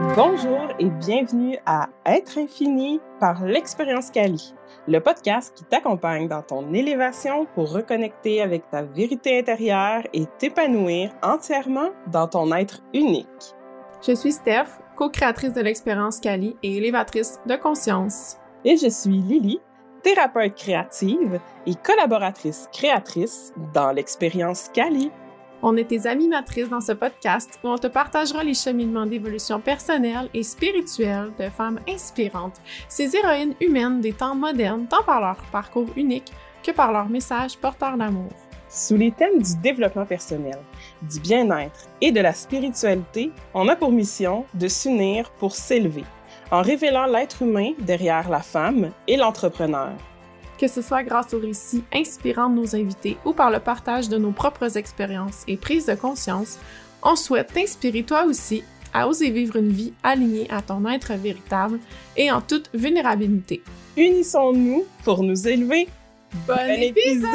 Bonjour et bienvenue à Être infini par l'expérience Cali, le podcast qui t'accompagne dans ton élévation pour reconnecter avec ta vérité intérieure et t'épanouir entièrement dans ton être unique. Je suis Steph, co-créatrice de l'expérience Cali et élévatrice de conscience. Et je suis Lily, thérapeute créative et collaboratrice créatrice dans l'expérience Cali. On est tes animatrices dans ce podcast où on te partagera les cheminements d'évolution personnelle et spirituelle de femmes inspirantes, ces héroïnes humaines des temps modernes, tant par leur parcours unique que par leur message porteur d'amour. Sous les thèmes du développement personnel, du bien-être et de la spiritualité, on a pour mission de s'unir pour s'élever, en révélant l'être humain derrière la femme et l'entrepreneur. Que ce soit grâce aux récits inspirants de nos invités ou par le partage de nos propres expériences et prises de conscience, on souhaite t'inspirer toi aussi à oser vivre une vie alignée à ton être véritable et en toute vulnérabilité. Unissons-nous pour nous élever. Bon épisode!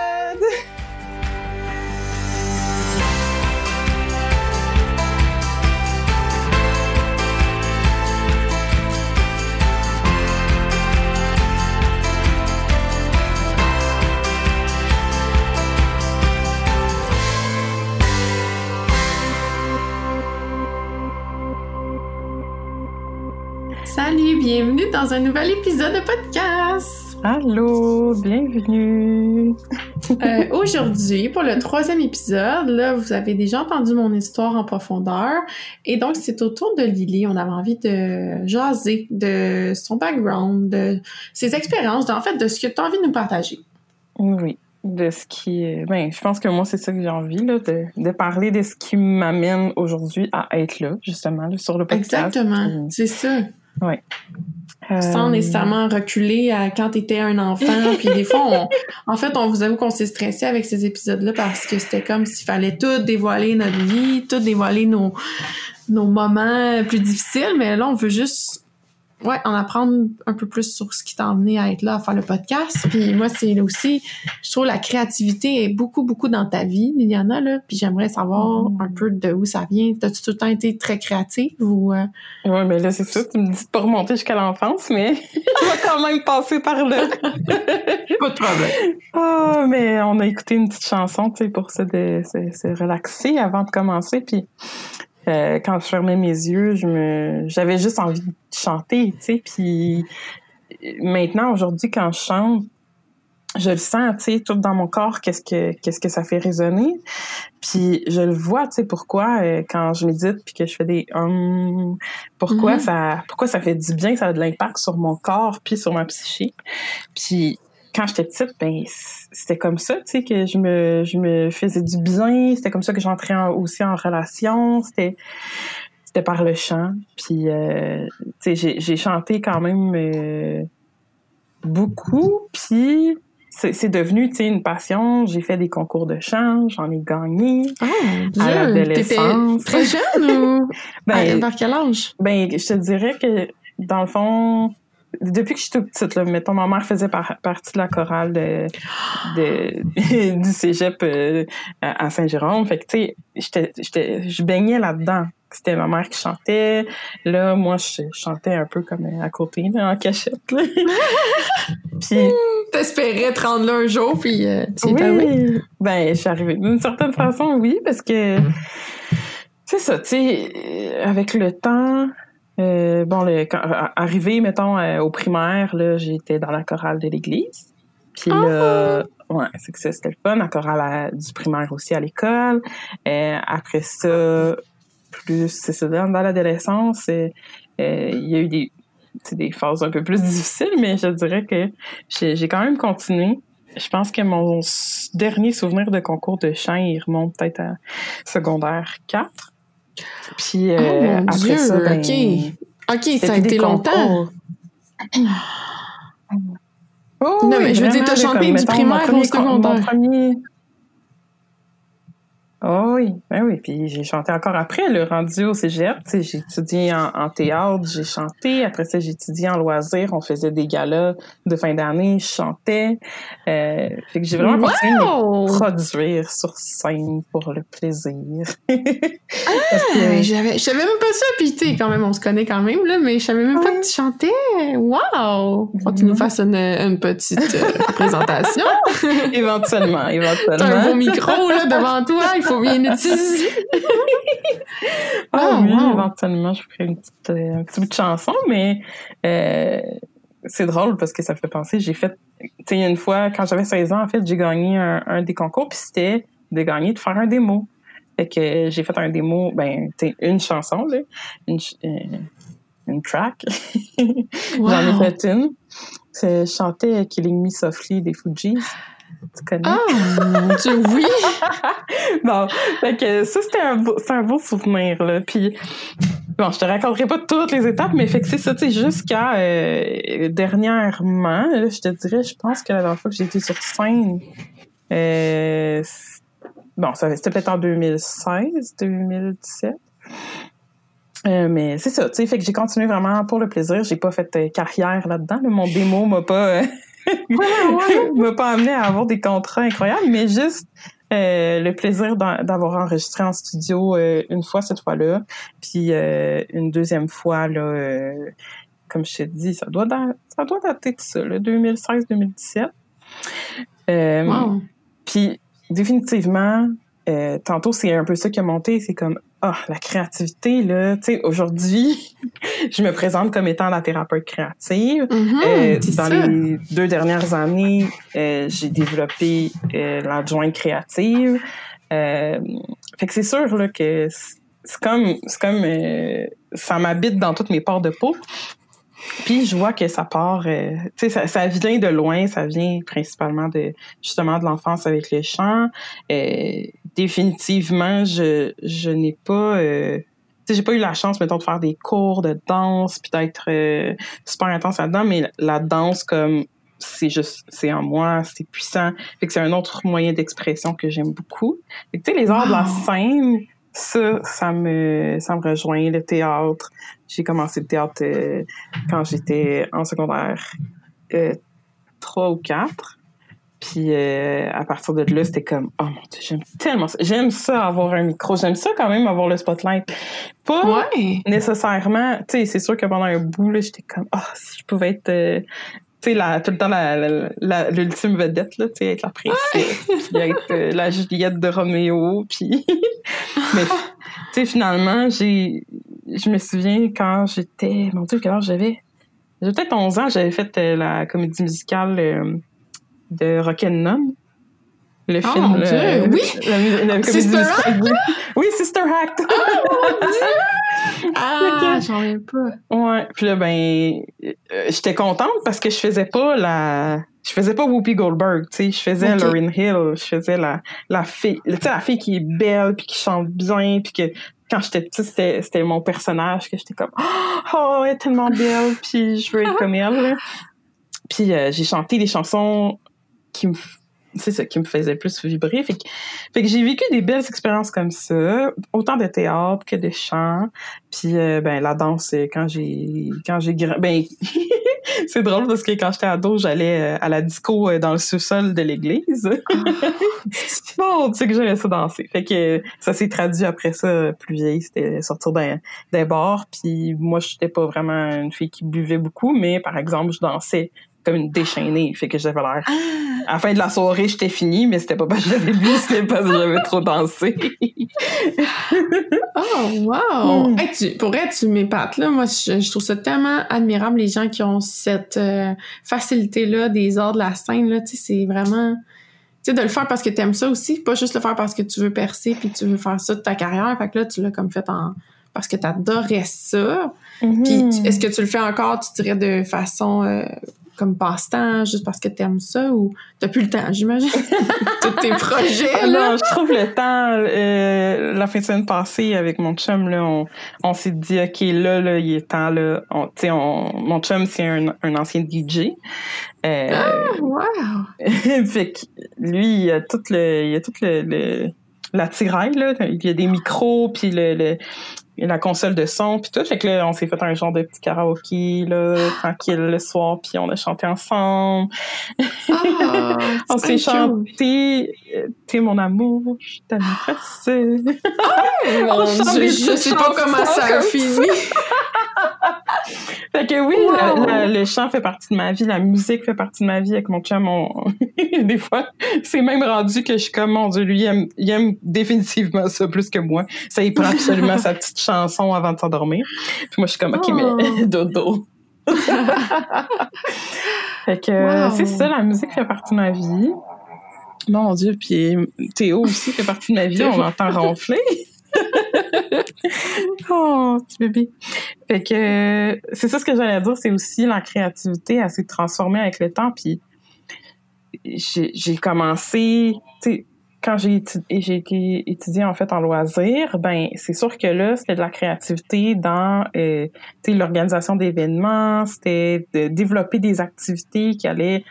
Salut, bienvenue dans un nouvel épisode de podcast! Allô, bienvenue! Aujourd'hui, pour le 3e épisode, là, vous avez déjà entendu mon histoire en profondeur, et donc c'est au tour de Lily. On avait envie de jaser de son background, de ses expériences, en fait, de ce que tu as envie de nous partager. Oui, de ce qui... je pense que moi, c'est ça que j'ai envie, là, de parler de ce qui m'amène aujourd'hui à être là, justement, là, sur le podcast. Exactement, c'est ça. Oui. Sans nécessairement reculer à quand t'étais un enfant. Puis des fois, on vous avoue qu'on s'est stressé avec ces épisodes-là parce que c'était comme s'il fallait tout dévoiler notre vie, tout dévoiler nos moments plus difficiles. Mais là, on veut juste en apprendre un peu plus sur ce qui t'a emmené à être là, à faire le podcast. Puis moi, c'est aussi, je trouve la créativité est beaucoup, beaucoup dans ta vie, Liliana, là. Puis j'aimerais savoir un peu de où ça vient. T'as-tu tout le temps été très créative ou... Oui, mais là, c'est ça. Tu me dis de pas remonter jusqu'à l'enfance, mais tu vas quand même passer par là. Pas de problème. Ah, mais on a écouté une petite chanson, tu sais, pour se relaxer avant de commencer. Puis quand je fermais mes yeux, j'avais juste envie de chanter, tu sais. Puis maintenant, aujourd'hui, quand je chante, je le sens, tu sais, tout dans mon corps, qu'est-ce que ça fait résonner. Puis je le vois, tu sais, pourquoi quand je médite puis que je fais des pourquoi ça fait du bien, ça a de l'impact sur mon corps puis sur ma psyché. Puis quand j'étais petite, c'était comme ça, tu sais, que je me faisais du bien. C'était comme ça que j'entrais aussi en relation. C'était par le chant. Puis, tu sais, j'ai chanté quand même beaucoup. Puis, c'est devenu, tu sais, une passion. J'ai fait des concours de chant. J'en ai gagné. Oh, à l'adolescence. T'étais très jeune ou? Vers quel âge? Je te dirais que, dans le fond... Depuis que je suis toute petite, là, mettons, ma mère faisait partie de la chorale du cégep à Saint-Jérôme. Fait que, tu sais, je baignais là-dedans. C'était ma mère qui chantait. Là, moi, je chantais un peu comme à côté, là, en cachette. Là. Puis... T'espérais te rendre là un jour, puis tu y oui. Je suis arrivée d'une certaine façon, oui, parce que c'est ça, tu sais, avec le temps... arrivé, mettons, au primaire, là, j'étais dans la chorale de l'église. Puis là, c'est que ça, c'était le fun. La chorale du primaire aussi à l'école. Après ça, c'est ça, dans l'adolescence, il y a eu des phases un peu plus difficiles, mais je dirais que j'ai quand même continué. Je pense que mon dernier souvenir de concours de chant, il remonte peut-être à secondaire 4. Puis après Dieu, ça, OK, ça a été longtemps. Oh, non, mais je veux dire, t'as chanté du primaire au secondaire. Oh oui, ben oui. Puis j'ai chanté encore après, le rendu au cégep. Tu sais, j'ai étudié en théâtre, j'ai chanté. Après ça, j'ai étudié en loisirs. On faisait des galas de fin d'année, je chantais. Fait que j'ai vraiment continué de me produire sur scène pour le plaisir. Je savais même pas ça. Puis tu sais, quand même, on se connaît quand même, là, mais je savais même pas que tu chantais. Wow! Faut que tu nous fasses une petite présentation. Éventuellement. T'as un beau micro, là, devant toi. Il faut bien utiliser. Éventuellement, je ferai un petit bout de chanson, mais c'est drôle parce que ça me fait penser, j'ai fait, tu sais, une fois, quand j'avais 16 ans, en fait, j'ai gagné un des concours, puis c'était de faire un démo. Fait que j'ai fait un démo, tu sais, une chanson, là, une track. J'en ai fait une. Je chantais Killing Me Softly des Fugees. Tu connais? Ah, oui! Bon, fait que ça, c'est un beau souvenir, là. Puis, bon, je te raconterai pas toutes les étapes, mais fait que c'est ça, tu sais, jusqu'à dernièrement, là, je te dirais, je pense que la dernière fois que j'ai été sur scène, c'était peut-être en 2016, 2017. Mais c'est ça, tu sais, fait que j'ai continué vraiment pour le plaisir. J'ai pas fait carrière là-dedans. Là. Mon démo m'a pas... m'a pas amené à avoir des contrats incroyables, mais juste le plaisir d'avoir enregistré en studio une fois cette fois-là, puis une deuxième fois là, comme je t'ai dit, ça doit dater de ça, 2016-2017. Puis définitivement, tantôt c'est un peu ça qui a monté, c'est comme la créativité, là, tu sais, aujourd'hui, je me présente comme étant la thérapeute créative. Dans les 2 dernières années, j'ai développé l'adjointe créative. Fait que c'est sûr là, que c'est comme ça m'habite dans toutes mes pores de peau. Puis je vois que ça part, tu sais, ça vient de loin, ça vient principalement justement de l'enfance avec le chant. Définitivement, je n'ai pas, tu sais, j'ai pas eu la chance, mettons, de faire des cours de danse, puis d'être super intense là-dedans, mais la danse, comme c'est en moi, c'est puissant. Fait que c'est un autre moyen d'expression que j'aime beaucoup. Fait que tu sais, les arts de la scène, ça me rejoint, le théâtre. J'ai commencé le théâtre quand j'étais en secondaire 3 ou 4. Puis à partir de là, c'était comme oh mon Dieu, j'aime tellement ça. J'aime ça avoir un micro. J'aime ça quand même avoir le spotlight. Pas nécessairement, tu sais, c'est sûr que pendant un bout, là, j'étais comme si je pouvais être tu sais, tout le temps l'ultime vedette, là, tu sais, être la princesse, puis être la Juliette de Roméo, puis... Mais, tu sais, finalement, je me souviens quand j'étais... Mon Dieu, quel âge j'avais? J'avais peut-être 11 ans, j'avais fait la comédie musicale de Rock'n'None. Le film, mon Dieu, oui! La comédie musicale. Oui, Sister Act! Oh, mon Dieu! J'en reviens pas. Ouais. Puis là, j'étais contente parce que je faisais pas Whoopi Goldberg, tu sais. Je faisais Lauryn Hill. Je faisais la fille, tu sais, la fille qui est belle puis qui chante bien puis que quand j'étais petite, c'était mon personnage que j'étais comme elle est tellement belle puis je veux être comme elle. Là. Puis j'ai chanté des chansons qui me faisait plus vibrer. Fait que j'ai vécu des belles expériences comme ça, autant de théâtre que de chant. Puis la danse, quand j'ai c'est drôle parce que quand j'étais ado, j'allais à la disco dans le sous-sol de l'église. Bon, tu sais que j'aimais ça danser. Fait que ça s'est traduit après ça plus vieille, c'était sortir d'un bar. Puis moi, je n'étais pas vraiment une fille qui buvait beaucoup, mais par exemple, je dansais comme une déchaînée. Fait que j'avais l'air... À la fin de la soirée, j'étais finie, mais c'était pas parce que j'avais bu, c'était parce que j'avais trop dansé. Oh, wow! Hey, tu m'épates, là. Moi, je trouve ça tellement admirable, les gens qui ont cette facilité-là des arts de la scène, là. Tu sais, c'est vraiment... Tu sais, de le faire parce que t'aimes ça aussi, pas juste le faire parce que tu veux percer puis tu veux faire ça de ta carrière. Fait que là, tu l'as comme fait parce que t'adorais ça. Puis, est-ce que tu le fais encore, tu dirais, de façon... comme passe-temps, juste parce que t'aimes ça, ou t'as plus le temps, j'imagine? Tous tes projets, là! Non, je trouve le temps, la fin de semaine passée, avec mon chum, là, on s'est dit, OK, là, il est temps, là. Mon chum, c'est un ancien DJ. Wow! Fait que lui, il a tout le l'attirail, là. Il y a des micros, puis la console de son, puis tout. Fait que là, on s'est fait un genre de petit karaoké, là, tranquille le soir, puis on a chanté ensemble. On s'est chanté « T'es mon amour, je t'aime pressé ». Je sais pas comment ça a fini. Fait que oui, le chant fait partie de ma vie, la musique fait partie de ma vie avec mon chum. Des fois, c'est même rendu que je suis comme, mon Dieu, lui, il aime définitivement ça plus que moi. Ça, il prend absolument sa petite chanson avant de s'endormir. Puis moi, je suis comme, OK, mais dodo. Fait que c'est ça, la musique fait partie de ma vie. Mon Dieu, puis Théo aussi fait partie de ma vie, on l'entend ronfler. Oh, petit bébé. Fait que c'est ça ce que j'allais dire, c'est aussi la créativité, elle s'est transformée avec le temps, puis j'ai commencé, tu sais, quand j'ai été étudiée en fait en loisirs, ben c'est sûr que là c'était de la créativité dans tu sais, l'organisation d'événements, c'était de développer des activités qui allaient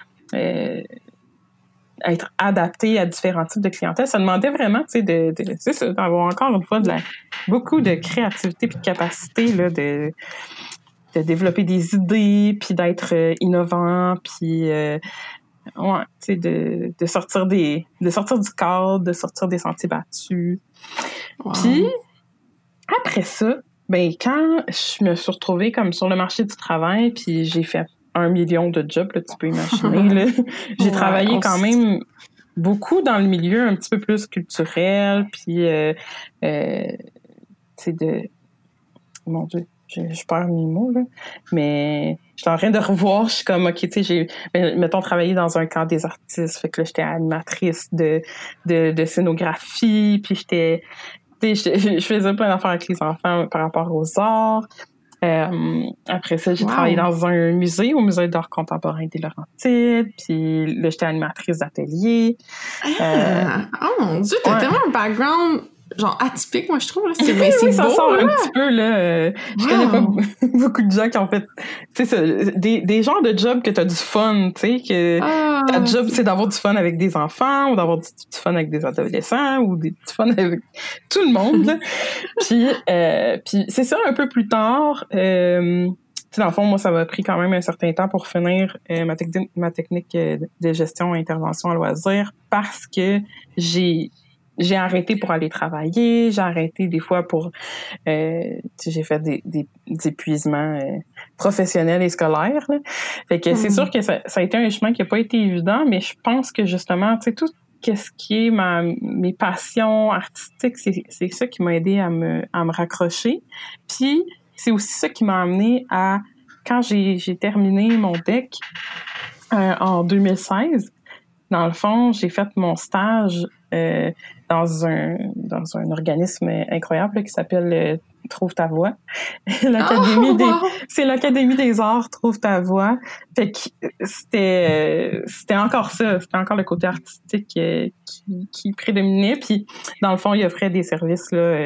être adaptées à différents types de clientèle. Ça demandait vraiment, tu sais, c'est ça, d'avoir encore une fois beaucoup de créativité puis de capacité là de développer des idées puis d'être innovant puis ouais, tu sais, de sortir du cadre, de sortir des sentiers battus. Wow. Puis après ça, ben quand je me suis retrouvée comme sur le marché du travail, puis j'ai fait 1 million de jobs, là, tu peux imaginer, là. J'ai travaillé quand même beaucoup dans le milieu un petit peu plus culturel, puis tu sais, mon Dieu, je perds mes mots, là. Mais je suis en train de revoir, je suis comme, OK, tu sais, mettons, travaillé dans un camp des artistes, fait que là, j'étais animatrice de scénographie, puis je faisais plein d'affaires avec les enfants par rapport aux arts. Après ça, j'ai travaillé dans un musée, au Musée d'art contemporain des Laurentides, puis là, j'étais animatrice d'atelier. Oh mon Dieu, t'as tellement un background genre atypique, moi je trouve, là. C'est oui, ça beau, sort là. un petit peu, là. Je connais pas beaucoup de gens qui ont fait, tu sais, des genres de jobs que t'as du fun, tu sais, que ta job, c'est d'avoir du fun avec des enfants, ou d'avoir du fun avec des adolescents, ou du fun avec tout le monde, là. Puis c'est ça, un peu plus tard, tu sais, dans le fond, moi, ça m'a pris quand même un certain temps pour finir ma technique de gestion et intervention à loisir, parce que j'ai arrêté pour aller travailler, j'ai arrêté des fois pour j'ai fait des épuisements professionnels et scolaires, là. Fait que c'est sûr que ça a été un chemin qui a pas été évident, mais je pense que justement, tu sais, tout ce qui est mes passions artistiques, c'est ça qui m'a aidé à me raccrocher. Puis c'est aussi ça qui m'a amené à, quand j'ai terminé mon DEC en 2016, dans le fond, j'ai fait mon stage dans un organisme incroyable là, qui s'appelle Trouve ta voix. C'est l'Académie des arts Trouve ta voix. Fait que c'était encore ça, c'était encore le côté artistique qui prédominait. Puis dans le fond, il offrait des services là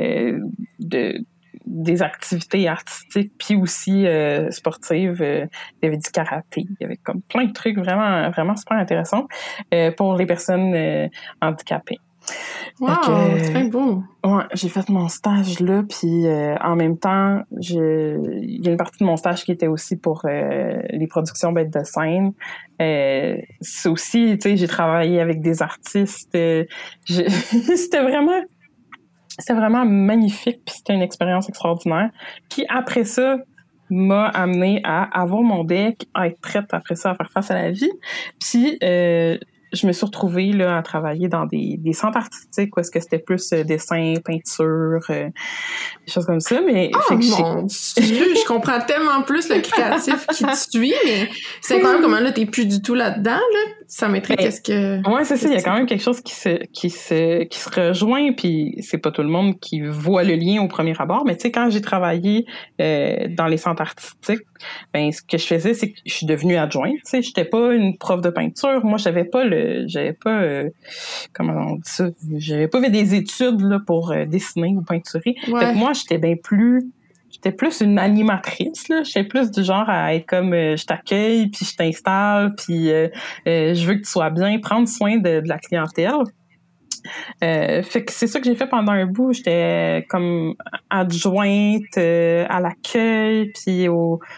des activités artistiques puis aussi sportives. Il y avait du karaté, il y avait comme plein de trucs vraiment vraiment super intéressants pour les personnes handicapées. Wow, très beau. Ouais, j'ai fait mon stage là, puis en même temps, il y a une partie de mon stage qui était aussi pour les productions bêtes de scène. C'est aussi, tu sais, j'ai travaillé avec des artistes. C'était vraiment magnifique, puis c'était une expérience extraordinaire. Puis après ça, m'a amené à avoir mon DEC, à être prête après ça à faire face à la vie. Puis je me suis retrouvée là à travailler dans des centres artistiques où est-ce que c'était plus dessin, peinture, des choses comme ça. Mais mon Dieu, je comprends tellement plus le créatif qui te suit, mais c'est quand même comment là t'es plus du tout là-dedans là. Ça m'intrigue qu'est-ce que. Ouais, c'est ça. Il y a quand même quelque chose qui se rejoint, puis c'est pas tout le monde qui voit le lien au premier abord. Mais tu sais, quand j'ai travaillé dans les centres artistiques, ben ce que je faisais, c'est que je suis devenue adjointe. Tu sais, j'étais pas une prof de peinture. Moi, j'avais pas comment on dit ça, j'avais pas fait des études là pour dessiner ou peinturer. Ouais. Fait que moi, j'étais plus une animatrice, là. J'étais plus du genre à être comme je t'accueille, puis je t'installe, puis je veux que tu sois bien, prendre soin de la clientèle. Fait que c'est ça que j'ai fait pendant un bout. J'étais comme adjointe à l'accueil, puis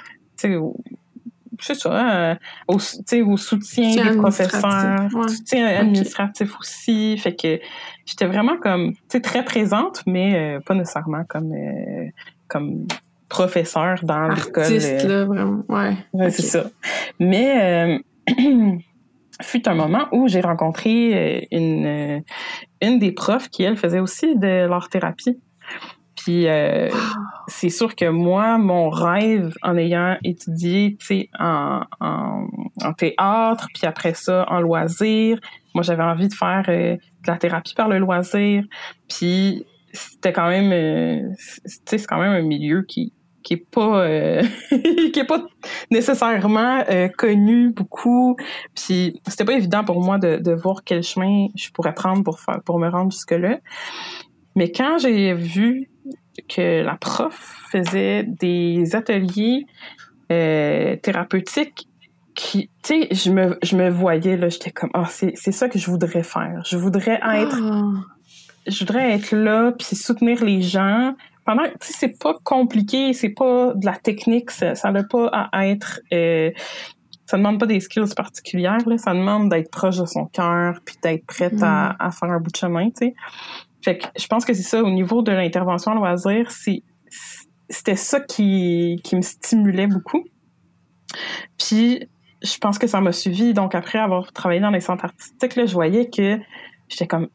c'est ça, au soutien des professeurs, soutien administratif aussi. Fait que j'étais vraiment comme, très présente, mais pas nécessairement comme professeur dans l'école. Artiste, là, vraiment. Ouais, c'est ça. Mais fut un moment où j'ai rencontré une des profs qui, elle, faisait aussi de l'art-thérapie. Puis c'est sûr que moi, mon rêve en ayant étudié, en théâtre, puis après ça, en loisir, moi, j'avais envie de faire de la thérapie par le loisir. Puis c'était quand même, c'est quand même un milieu qui est pas qui est pas nécessairement connu beaucoup. Puis c'était pas évident pour moi de voir quel chemin je pourrais prendre pour me rendre jusque-là. Mais quand j'ai vu que la prof faisait des ateliers thérapeutiques qui, tu sais, je me voyais là, j'étais comme c'est ça que je voudrais faire. Je voudrais être là puis soutenir les gens. Pendant, tu sais, c'est pas compliqué, c'est pas de la technique, ça n'a pas à être ça demande pas des skills particulières là, ça demande d'être proche de son cœur puis d'être prête à faire un bout de chemin, tu sais. Fait que je pense que c'est ça, au niveau de l'intervention en loisir, c'était ça qui me stimulait beaucoup. Puis, je pense que ça m'a suivi. Donc, après avoir travaillé dans les centres artistiques, là, je voyais que j'étais comme...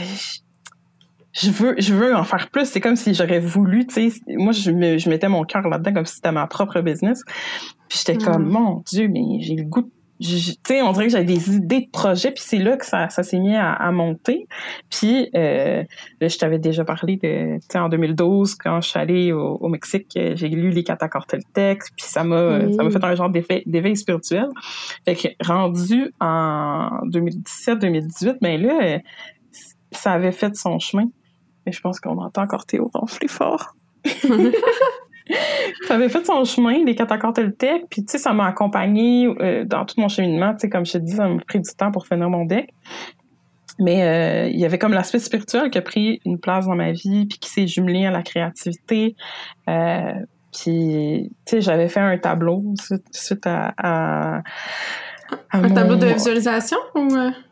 je veux en faire plus. C'est comme si j'aurais voulu, tu sais... Moi, je mettais mon cœur là-dedans comme si c'était ma propre business. Puis j'étais comme, mon Dieu, mais j'ai le goût de... Tu sais, on dirait que j'avais des idées de projets, puis c'est là que ça s'est mis à monter. Puis, je t'avais déjà parlé de, tu sais, en 2012, quand je suis allée au Mexique, j'ai lu les Catacores Toltec, puis ça m'a fait un genre d'éveil spirituel. Fait que rendu en 2017-2018, ben là, ça avait fait son chemin. Mais je pense qu'on entend encore Théo ronfler fort. Ça avait fait son chemin, les Catacores Toltec, puis tu sais, ça m'a accompagnée dans tout mon cheminement. Tu sais, comme je te dis, ça m'a pris du temps pour finir mon deck. Mais il y avait comme l'aspect spirituel qui a pris une place dans ma vie, puis qui s'est jumelé à la créativité. Puis, tu sais, j'avais fait un tableau suite à un tableau de visualisation ou...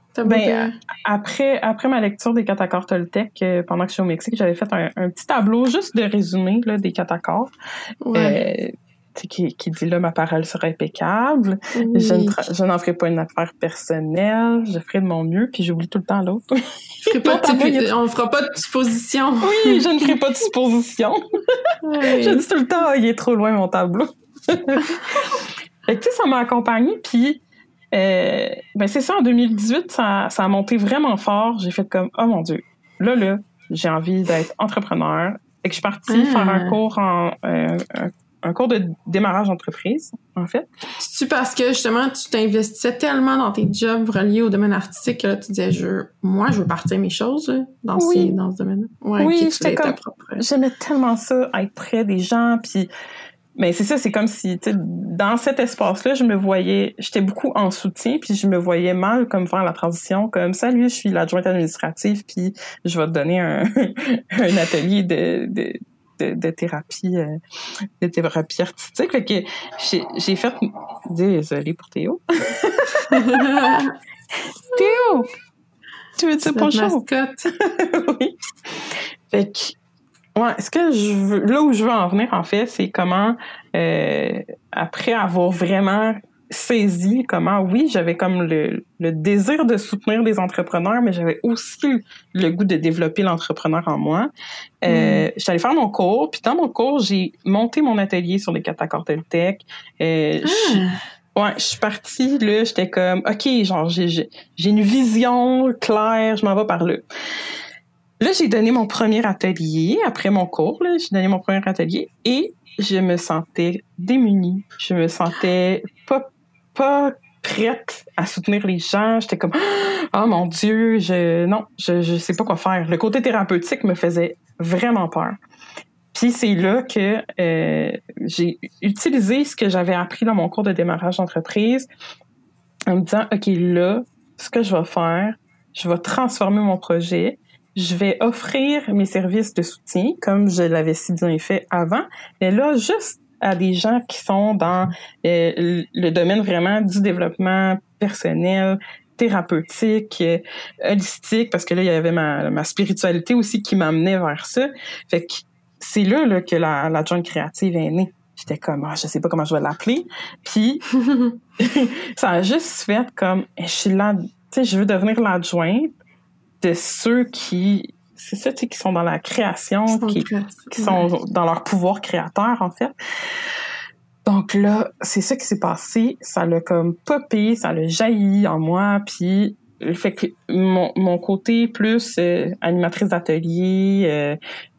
Après ma lecture des Catacores Toltec, pendant que je suis au Mexique, j'avais fait un petit tableau juste de résumé là, des Catacores. Ouais. Qui dit là, ma parole sera impeccable. Oui. Je n'en ferai pas une affaire personnelle. Je ferai de mon mieux, puis j'oublie tout le temps l'autre. On fera pas de supposition. Oui, je ne ferai pas de supposition. Oui. Je dis tout le temps, il est trop loin mon tableau. Fait que tu sais, ça m'a accompagnée, puis c'est ça, en 2018, ça a monté vraiment fort. J'ai fait comme, oh mon Dieu, là, j'ai envie d'être entrepreneur. Et que je suis partie faire un cours de démarrage d'entreprise, en fait. C'est-tu parce que, justement, tu t'investissais tellement dans tes jobs reliés au domaine artistique que là, tu disais, je veux partir mes choses dans ce domaine-là? Ouais, oui, j'étais comme, j'aimais tellement ça, être près des gens, puis... Mais c'est ça, c'est comme si, tu sais, dans cet espace-là, je me voyais, j'étais beaucoup en soutien, puis je me voyais mal comme faire la transition, comme salut, je suis l'adjointe administrative, puis je vais te donner un atelier de thérapie, artistique. Fait que j'ai fait, désolée pour Théo. Théo, tu veux dire bonjour? Oui. Fait que ouais, là où je veux en venir, en fait, c'est comment, après avoir vraiment saisi comment, oui, j'avais comme le désir de soutenir des entrepreneurs, mais j'avais aussi le goût de développer l'entrepreneur en moi. J'allais faire mon cours, puis dans mon cours, j'ai monté mon atelier sur les Catacores Toltec. Je suis partie, là, j'étais comme, OK, genre, j'ai une vision claire, je m'en vais par là. Là, j'ai donné mon premier atelier. Après mon cours, là, j'ai donné mon premier atelier et je me sentais démunie. Je me sentais pas prête à soutenir les gens. J'étais comme, oh mon Dieu, je sais pas quoi faire. Le côté thérapeutique me faisait vraiment peur. Puis c'est là que j'ai utilisé ce que j'avais appris dans mon cours de démarrage d'entreprise en me disant, OK, là, ce que je vais faire, je vais transformer mon projet, je vais offrir mes services de soutien, comme je l'avais si bien fait avant, mais là, juste à des gens qui sont dans le domaine vraiment du développement personnel, thérapeutique, holistique, parce que là, il y avait ma spiritualité aussi qui m'amenait vers ça. Fait que c'est là que la jointe créative est née. J'étais comme, je sais pas comment je vais l'appeler. Puis, ça a juste fait comme, je suis là, tu sais, je veux devenir l'adjointe de ceux qui, c'est ça, tu sais, qui sont dans la création, qui sont dans leur pouvoir créateur, en fait. Donc là, c'est ça qui s'est passé. Ça l'a comme popé, ça l'a jailli en moi, puis le fait que mon côté plus animatrice d'atelier,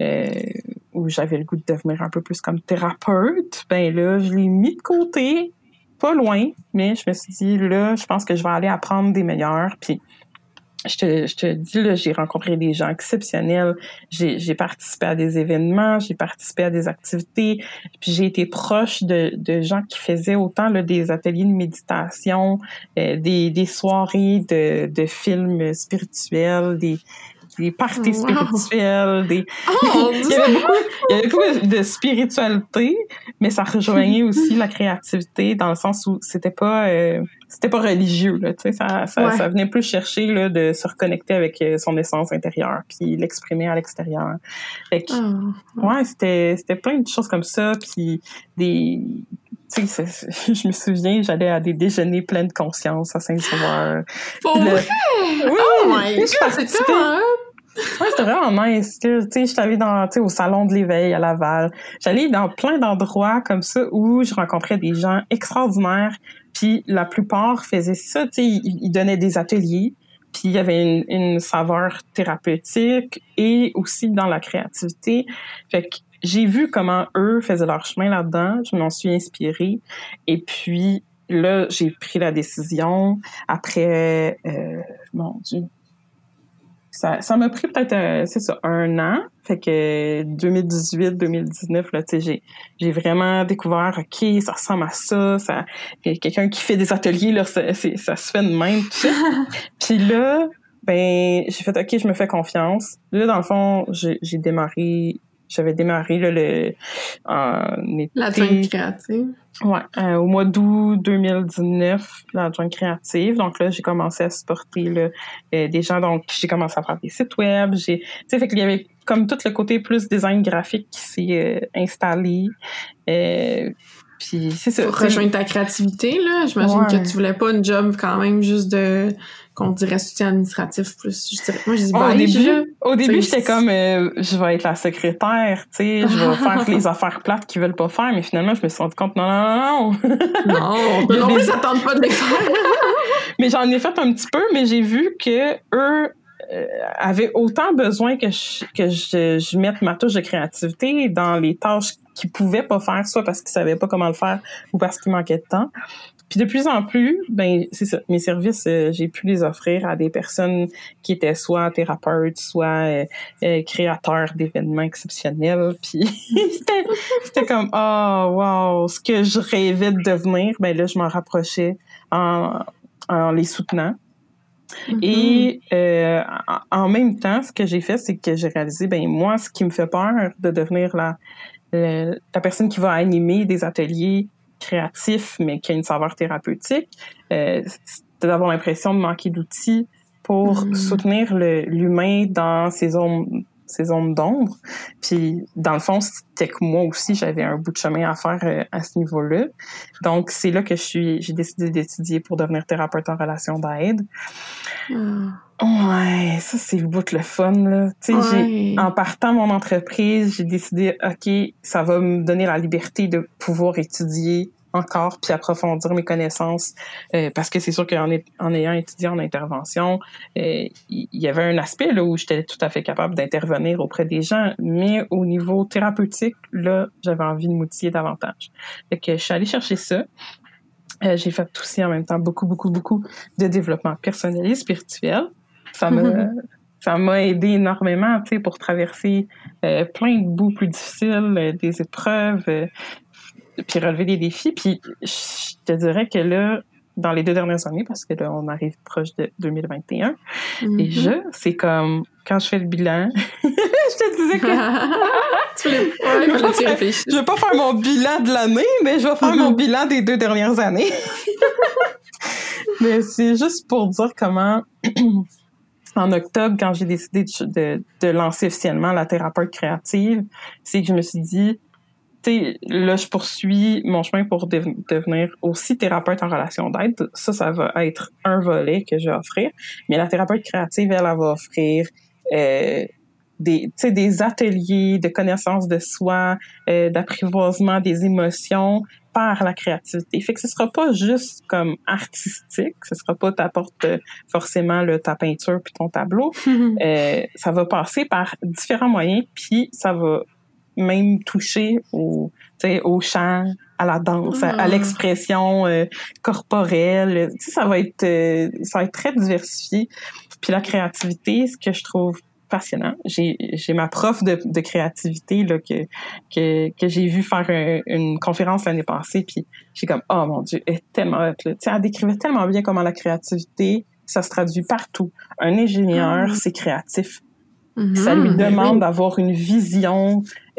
où j'avais le goût de devenir un peu plus comme thérapeute, ben là, je l'ai mis de côté, pas loin, mais je me suis dit, là, je pense que je vais aller apprendre des meilleurs, puis je te dis, là, j'ai rencontré des gens exceptionnels, j'ai participé à des événements, j'ai participé à des activités, puis j'ai été proche de gens qui faisaient autant là, des ateliers de méditation, des soirées de films spirituels, des parties spirituelles, il y avait beaucoup de spiritualité, mais ça rejoignait aussi la créativité dans le sens où c'était pas religieux là, tu sais, ça venait plus chercher là de se reconnecter avec son essence intérieure puis l'exprimer à l'extérieur. Fait que, c'était plein de choses comme ça, puis tu sais, je me souviens, j'allais à des déjeuners pleins de conscience à Saint-Sauveur. Pour vrai? Oui! Oh my God, c'est ça! Ouais, c'était vraiment nice. Tu sais, j'étais allée au salon de l'éveil à Laval. J'allais dans plein d'endroits comme ça où je rencontrais des gens extraordinaires. Puis la plupart faisaient ça, tu sais, ils donnaient des ateliers. Puis il y avait une saveur thérapeutique et aussi dans la créativité. Fait que j'ai vu comment eux faisaient leur chemin là-dedans. Je m'en suis inspirée. Et puis là, j'ai pris la décision après, mon Dieu, ça m'a pris peut-être, c'est ça, 1 an. Fait que 2018-2019, là, tu sais, j'ai vraiment découvert, OK, ça ressemble à ça. Quelqu'un qui fait des ateliers, là, ça se fait de même, tout ça. Puis là, ben, j'ai fait, OK, je me fais confiance. Là, dans le fond, j'avais démarré là, en été. La jointe créative. Ouais, au mois d'août 2019, la jointe créative. Donc là, j'ai commencé à supporter là, des gens. Donc, j'ai commencé à faire des sites web. Tu sais, fait qu'il y avait comme tout le côté plus design graphique qui s'est installé. Puis c'est ça. Pour rejoindre ta créativité, là, j'imagine que tu voulais pas une job quand même juste de, qu'on dirait soutien administratif plus. Moi, je dis au début, j'étais comme, je vais être la secrétaire, tu sais, je vais faire les affaires plates qu'ils veulent pas faire, mais finalement, je me suis rendu compte, non. Non, plus, ça tente pas de les faire. Mais j'en ai fait un petit peu, mais j'ai vu que eux avaient autant besoin que je mette ma touche de créativité dans les tâches qu'ils pouvaient pas faire, soit parce qu'ils savaient pas comment le faire ou parce qu'il manquait de temps. Puis de plus en plus, ben c'est ça, mes services, j'ai pu les offrir à des personnes qui étaient soit thérapeutes, soit créateurs d'événements exceptionnels. Puis c'était comme wow, ce que je rêvais de devenir, ben là je m'en rapprochais en les soutenant. Et en même temps, ce que j'ai fait, c'est que j'ai réalisé, ben moi, ce qui me fait peur de devenir la personne qui va animer des ateliers créatifs, mais qui a une saveur thérapeutique, c'est d'avoir l'impression de manquer d'outils pour soutenir l'humain dans ses zones d'ombre. Puis, dans le fond, c'était que moi aussi, j'avais un bout de chemin à faire à ce niveau-là. Donc, c'est là que j'ai décidé d'étudier pour devenir thérapeute en relation d'aide. Ouais, ça, c'est le bout de le fun, là. Tu sais, en partant mon entreprise, j'ai décidé, OK, ça va me donner la liberté de pouvoir étudier encore puis approfondir mes connaissances parce que c'est sûr qu'en ayant étudié en intervention, il y avait un aspect là où j'étais tout à fait capable d'intervenir auprès des gens, mais au niveau thérapeutique, là, j'avais envie de m'outiller davantage. Fait que je suis allée chercher ça. J'ai fait aussi en même temps beaucoup de développement personnel et spirituel. Ça m'a aidé énormément, tu sais, pour traverser plein de bouts plus difficiles, des épreuves, puis relever des défis. Puis je te dirais que là, dans les 2 dernières années, parce que là, on arrive proche de 2021. Et c'est comme, quand je fais le bilan, je te disais que... Je vais pas faire mon bilan de l'année, mais je vais faire mon bilan des 2 dernières années. Mais c'est juste pour dire comment, en octobre, quand j'ai décidé de lancer officiellement la thérapeute créative, c'est que je me suis dit, tu sais, là, je poursuis mon chemin pour devenir aussi thérapeute en relation d'aide. Ça va être un volet que je vais offrir. Mais la thérapeute créative, elle va offrir des ateliers de connaissance de soi, d'apprivoisement des émotions par la créativité. Fait que ce sera pas juste comme artistique, ce sera pas t'apportes forcément ta peinture puis ton tableau. Ça va passer par différents moyens, puis ça va même toucher au chant, à la danse, à l'expression corporelle. Tu sais, ça va être très diversifié. Puis la créativité, ce que je trouve passionnant. J'ai ma prof de créativité là que j'ai vu faire une conférence l'année passée, puis j'ai comme oh mon Dieu, elle est tellement hot, là. Tu sais, elle décrivait tellement bien comment la créativité, ça se traduit partout. Un ingénieur, c'est créatif. Ça lui demande d'avoir une vision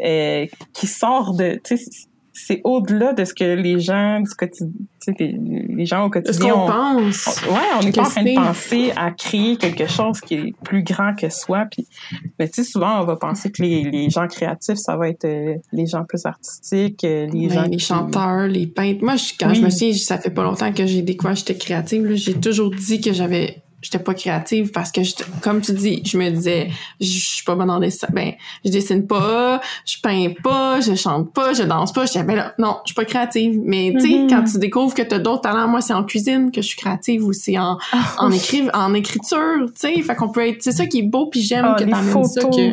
qui sort de, tu sais, c'est au-delà de ce que les gens du quotidien, tu sais, les gens au quotidien. Ce qu'on pense. On n'est pas en train de penser à créer quelque chose qui est plus grand que soi. Puis, mais tu sais, souvent on va penser que les gens créatifs, ça va être les gens plus artistiques, les chanteurs, les peintres. Moi, quand je me souviens, ça fait pas longtemps que j'ai découvert que j'étais créative. Là, j'ai toujours dit que j'étais pas créative parce que comme tu dis, je me disais je suis pas bonne en dessin, je dessine pas, je peins pas, je chante pas, je danse pas. Je disais là, non, je suis pas créative. Mais tu sais, quand tu découvres que t'as d'autres talents, moi c'est en cuisine que je suis créative ou c'est en écriture, tu sais, fait qu'on peut être, c'est ça qui est beau, puis j'aime que t'amènes ça que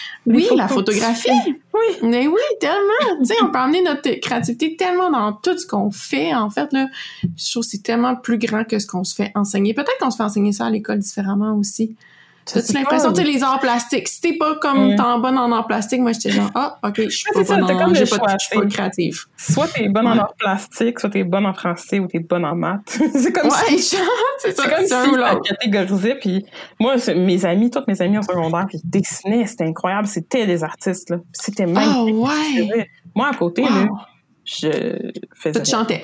la photographie. Oui. Mais oui, tellement. Tu sais, on peut emmener notre créativité tellement dans tout ce qu'on fait, en fait, là. Je trouve que c'est tellement plus grand que ce qu'on se fait enseigner. Peut-être qu'on se fait enseigner ça à l'école différemment aussi. T'as-tu l'impression, tu sais, les arts plastiques? Si t'es pas comme t'es bonne en arts plastiques, moi, j'étais genre, ok, je suis pas bonne en, je suis pas créative. Soit t'es bonne en arts plastiques, soit t'es bonne en français ou t'es bonne en maths. C'est comme si. C'est comme si on catégorisait, puis moi, toutes mes amies au secondaire, puis ils dessinaient, c'était incroyable, c'était des artistes, là. C'était magnifique. Moi, à côté, là, je faisais... Tu chantais,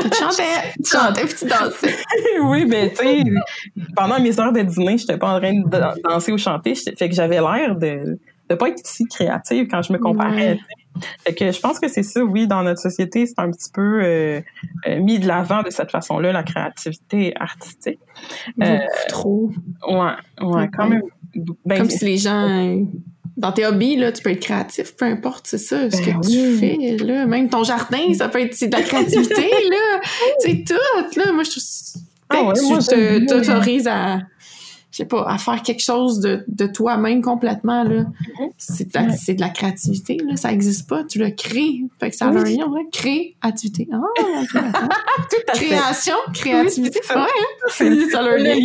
puis tu dansais. Oui, ben tu sais, pendant mes heures de dîner, j'étais pas en train de danser ou chanter, fait que j'avais l'air de pas être si créative quand je me comparais. Fait que je pense que c'est ça, oui, dans notre société, c'est un petit peu mis de l'avant de cette façon-là, la créativité artistique. Beaucoup trop. Ouais, quand même. Comme si les gens... Dans tes hobbies, là, tu peux être créatif, peu importe, c'est ça, ce que tu fais, là. Même ton jardin, ça peut être de la créativité, là. Tu sais, tout, là. Moi, je trouve tu t'autorises à, je sais pas, à faire quelque chose de toi-même complètement, là. C'est de la créativité, là. Ça existe pas, tu le crées. Fait que ça a un lien, ouais. Créativité. Création, créativité. Ça a un lien.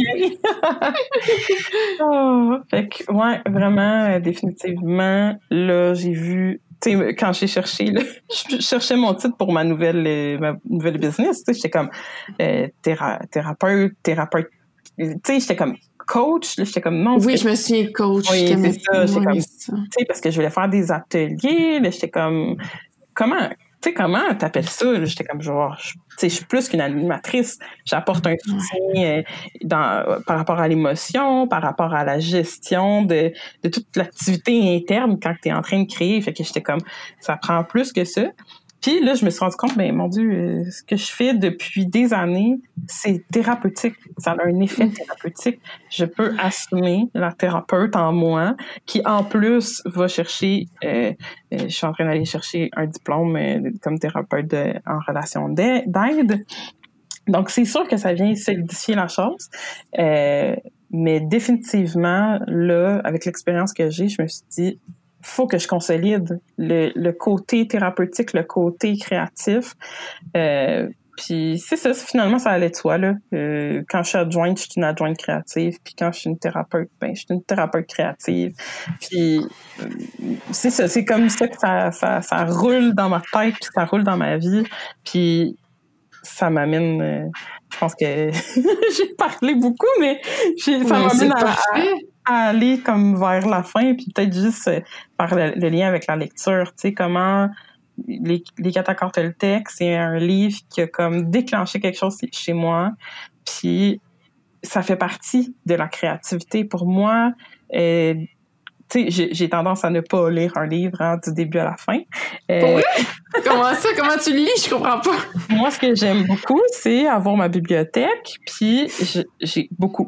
Fait que, vraiment, définitivement, là, j'ai vu, tu sais, quand j'ai cherché, là, je cherchais mon titre pour ma nouvelle business, tu sais, j'étais comme thérapeute, tu sais, j'étais comme coach, là, j'étais comme non. Oui, je me souviens de coach. Oui, c'est ça, j'étais comme, tu sais, parce que je voulais faire des ateliers, là, j'étais comme, comment t'appelles ça? Là, j'étais comme genre, tu sais, je suis plus qu'une animatrice. J'apporte un soutien par rapport à l'émotion, par rapport à la gestion de toute l'activité interne quand tu es en train de créer. Fait que j'étais comme, ça prend plus que ça. Puis là, je me suis rendu compte, mon Dieu, ce que je fais depuis des années, c'est thérapeutique. Ça a un effet thérapeutique. Je peux assumer la thérapeute en moi, qui en plus va chercher, je suis en train d'aller chercher un diplôme comme thérapeute en relation d'aide. Donc, c'est sûr que ça vient solidifier la chose. Mais définitivement, là, avec l'expérience que j'ai, je me suis dit, faut que je consolide le côté thérapeutique, le côté créatif. Puis c'est ça, finalement, ça allait de soi, là. Quand je suis adjointe, je suis une adjointe créative. Puis quand je suis une thérapeute, je suis une thérapeute créative. Puis c'est ça, c'est comme ça que ça roule dans ma tête, puis ça roule dans ma vie. Puis ça m'amène... je je pense que j'ai parlé beaucoup, mais ça m'amène à aller comme vers la fin, puis peut-être juste par le lien avec la lecture, tu sais, comment les Catacombes Toltec, c'est un livre qui a comme déclenché quelque chose chez moi, puis ça fait partie de la créativité. Pour moi, tu sais, j'ai tendance à ne pas lire un livre du début à la fin. Pour vrai? Comment ça? Comment tu le lis? Je comprends pas. Moi, ce que j'aime beaucoup, c'est avoir ma bibliothèque, puis j'ai beaucoup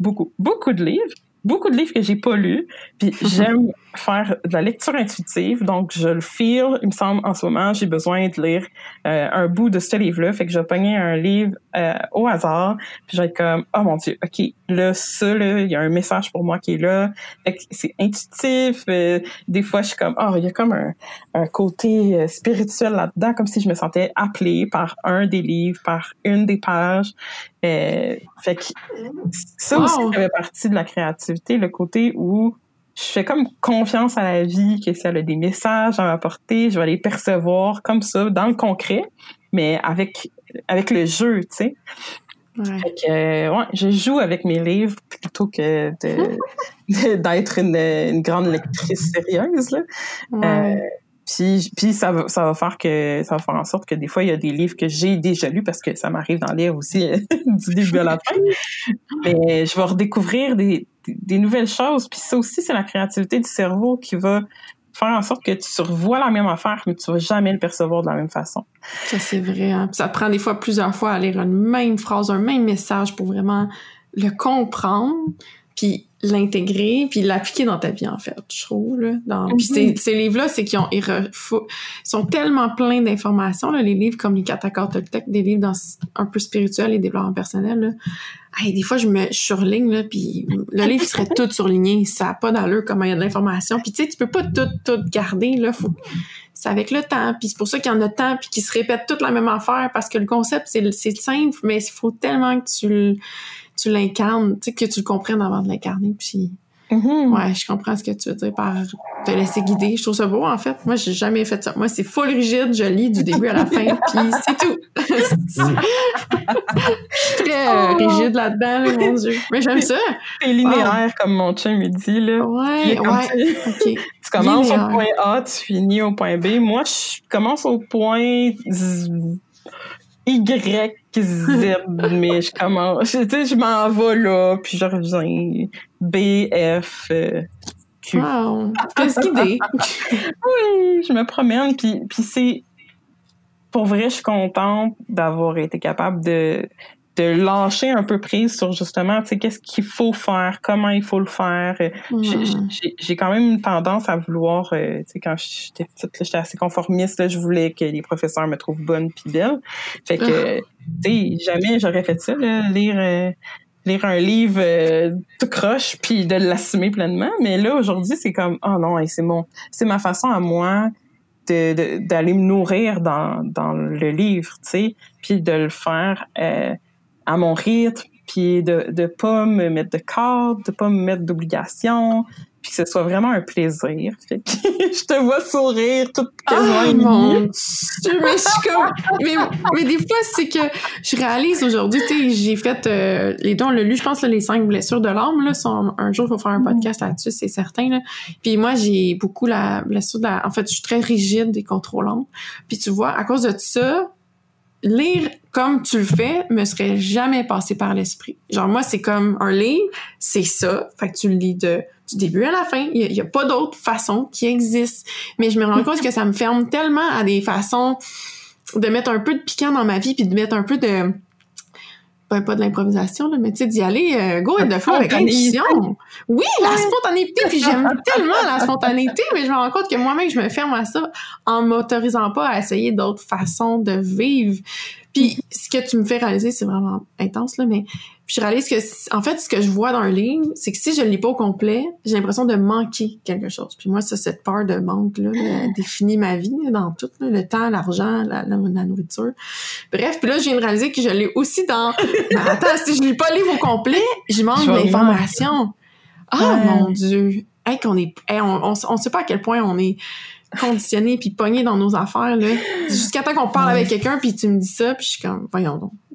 de livres. Beaucoup de livres que j'ai pas lus, puis j'aime faire de la lecture intuitive, donc je le feel, il me semble, en ce moment, j'ai besoin de lire un bout de ce livre-là, fait que je vais pogner un livre au hasard, puis je vais être comme, oh mon Dieu, OK, là, ça, là, il y a un message pour moi qui est là, fait que c'est intuitif, des fois, je suis comme, oh, il y a comme un côté spirituel là-dedans, comme si je me sentais appelée par un des livres, par une des pages, fait que ça aussi, ça fait partie de la créativité, le côté où je fais comme confiance à la vie, que si elle a des messages à m'apporter, je vais les percevoir comme ça, dans le concret, mais avec le jeu, tu sais. Ouais. Fait que, je joue avec mes livres plutôt que d'être une grande lectrice sérieuse, là. Ouais. Puis ça va faire en sorte que des fois il y a des livres que j'ai déjà lus parce que ça m'arrive d'en lire aussi du début à la fin. Mais je vais redécouvrir des nouvelles choses. Puis ça aussi, c'est la créativité du cerveau qui va faire en sorte que tu revois la même affaire, mais tu vas jamais le percevoir de la même façon. Ça, c'est vrai. Hein? Ça prend des fois plusieurs fois à lire une même phrase, un même message pour vraiment le comprendre, puis l'intégrer, puis l'appliquer dans ta vie, en fait, je trouve. Là, Puis ces livres-là, c'est qu'ils sont tellement pleins d'informations, là, les livres comme les Catacombes Toltec, des livres un peu spirituels et développement personnel. Là. Hey, des fois, je surligne, là, puis le livre serait tout surligné. Ça n'a pas d'allure comment il y a de l'information. Puis tu sais, tu peux pas tout garder, là. C'est avec le temps, puis c'est pour ça qu'il y en a tant, puis qu'ils se répètent toute la même affaire, parce que le concept, c'est simple, mais il faut tellement que tu l'incarnes, tu sais, que tu le comprennes avant de l'incarner, puis ouais, je comprends ce que tu veux dire par te laisser guider. Je trouve ça beau, en fait. Moi, j'ai jamais fait ça. Moi, c'est full rigide, je lis du début à la fin, puis c'est tout. Je suis très rigide là-dedans, là, mon Dieu. Mais j'aime ça. C'est linéaire, comme mon chum me dit, là. Ouais, OK. Tu commences au point A, tu finis au point B. Moi, je commence au point Y, Z, mais je commence, tu sais, je m'en vais là, puis je reviens B, F, Q. Wow, qu'est-ce qu'idée? Oui, je me promène, puis c'est, pour vrai, je suis contente d'avoir été capable de lâcher un peu prise sur justement, tu sais, qu'est-ce qu'il faut faire, comment il faut le faire. J'ai quand même une tendance à vouloir, tu sais, quand j'étais petite, là, j'étais assez conformiste, là, je voulais que les professeurs me trouvent bonne puis belle. Fait que, tu sais, jamais j'aurais fait ça, là, lire un livre tout croche puis de l'assumer pleinement. Mais là, aujourd'hui, c'est comme, oh non, c'est ma façon à moi d'aller me nourrir dans le livre, tu sais, puis de le faire à mon rythme, puis de pas me mettre de cadre, de pas me mettre d'obligation, puis que ce soit vraiment un plaisir. Fait que je te vois sourire toute mon Dieu, mais je suis comme... Mais des fois, c'est que je réalise aujourd'hui, tu sais, j'ai fait... les dons, on l'a lu, je pense, là, les 5 blessures de l'âme, là, un jour, il faut faire un podcast là-dessus, c'est certain, là. Puis moi, j'ai beaucoup la blessure en fait, je suis très rigide et contrôlante. Puis tu vois, à cause de ça, lire comme tu le fais me serait jamais passé par l'esprit. Genre, moi, c'est comme un livre, c'est ça. Fait que tu le lis du début à la fin. Il y a pas d'autre façon qui existe. Mais je me rends compte que ça me ferme tellement à des façons de mettre un peu de piquant dans ma vie puis de mettre un peu de... pas de l'improvisation, là, mais tu sais, d'y aller go with the flow avec l'intuition. Oui, la spontanéité, puis j'aime tellement la spontanéité, mais je me rends compte que moi-même, je me ferme à ça en m'autorisant pas à essayer d'autres façons de vivre. Puis ce que tu me fais réaliser, c'est vraiment intense, là, mais puis je réalise que, en fait, ce que je vois dans un livre, c'est que si je le lis pas au complet, j'ai l'impression de manquer quelque chose. Puis moi, cette peur de manque-là définit ma vie, là, dans tout, là, le temps, l'argent, la nourriture. Bref, puis là, je viens de réaliser que je l'ai aussi dans... Attends, si je lis pas le livre au complet, je manque d'informations. Mon Dieu! Hey, on sait pas à quel point on est conditionné puis pogné dans nos affaires, là. Jusqu'à temps qu'on parle avec quelqu'un puis tu me dis ça, puis je suis comme, voyons donc.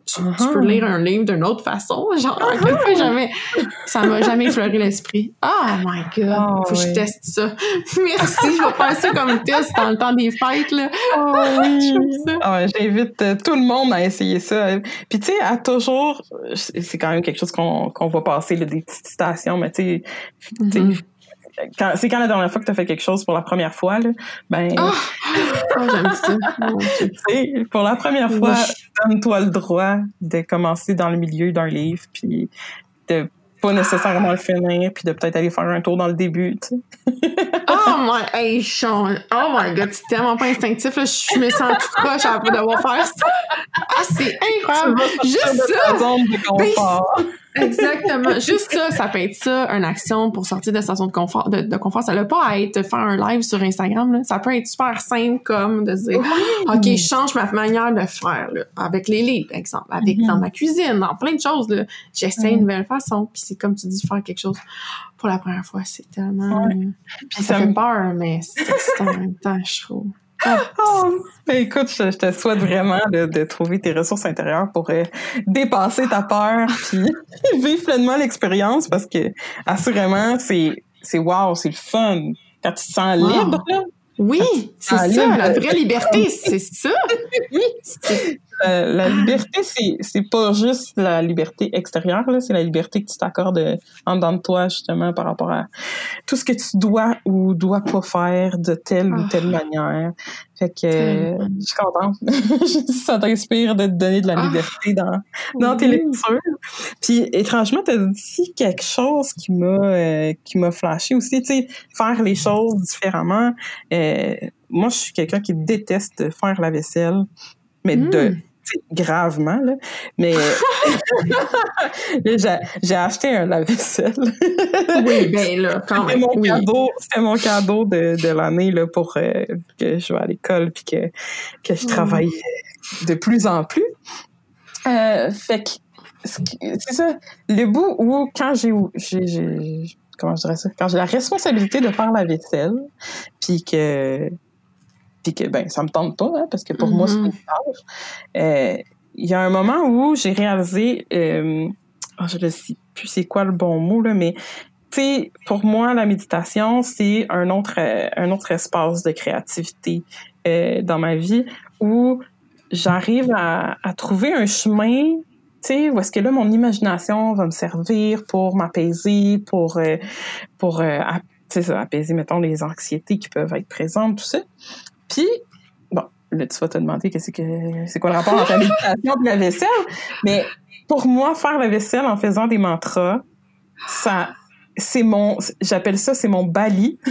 tu peux lire un livre d'une autre façon. Genre, à quel point ça m'a jamais effleuré l'esprit. Oh my God! Faut que je teste ça. Merci, je vais faire ça comme test dans le temps des fêtes, là. Oh oui! J'invite tout le monde à essayer ça. Puis tu sais, à toujours, c'est quand même quelque chose qu'on va passer, là, des petites citations, mais tu sais, c'est quand la dernière fois que tu as fait quelque chose pour la première fois, là, ben... j'aime ça. Pour la première fois, donne-toi le droit de commencer dans le milieu d'un livre, puis de pas nécessairement le finir, puis de peut-être aller faire un tour dans le début, tu sais. Hey, Sean! Oh my God, c'est tellement pas instinctif, là. Je me sens tout croche après d'avoir fait ça. C'est incroyable! Juste ça! Zone de confort. Exactement. Juste ça peut être ça, une action pour sortir de sa zone de confort. De confort. Ça n'a pas à être de faire un live sur Instagram, là. Ça peut être super simple, comme de dire, OK, je change ma manière de faire, là. Avec les livres, par exemple. Dans ma cuisine, dans plein de choses, là. J'essaie une nouvelle façon. Puis c'est comme tu dis, faire quelque chose pour la première fois. C'est tellement... Puis ça fait peur, mais c'est excitant en même temps, je trouve. Écoute, je te souhaite vraiment de trouver tes ressources intérieures pour dépasser ta peur puis vivre pleinement l'expérience, parce que assurément c'est wow, c'est le fun quand tu te sens libre, là. Oui, c'est ça, libre, la vraie liberté, c'est ça. Oui, la liberté, c'est pas juste la liberté extérieure, là, c'est la liberté que tu t'accordes en dedans de toi, justement, par rapport à tout ce que tu dois ou dois pas faire de telle ou telle manière. Fait que je suis contente. Ça t'inspire de te donner de la liberté dans tes lectures. Puis étrangement, t'as dit quelque chose qui m'a flashé aussi, tu sais, faire les choses différemment. Moi, je suis quelqu'un qui déteste faire la vaisselle, mais gravement, là. Mais j'ai acheté un lave-vaisselle. Oui, ben là, quand même. C'était mon cadeau de l'année, là, pour que je vais à l'école puis que je travaille de plus en plus. Fait que c'est ça, le bout où quand j'ai comment je dirais ça, quand j'ai la responsabilité de faire la vaisselle, puis que ben ça me tente pas, hein, parce que pour moi c'est une tâche. Il y a un moment où j'ai réalisé, je ne sais plus c'est quoi le bon mot là, mais tu sais, pour moi la méditation c'est un autre espace de créativité dans ma vie, où j'arrive à trouver un chemin, tu sais, où est-ce que là mon imagination va me servir pour m'apaiser, pour tu sais, apaiser mettons les anxiétés qui peuvent être présentes, tout ça. Puis, bon, là, tu vas te demander c'est quoi le rapport entre la méditation et la vaisselle. Mais pour moi, faire la vaisselle en faisant des mantras, j'appelle ça, c'est mon Bali.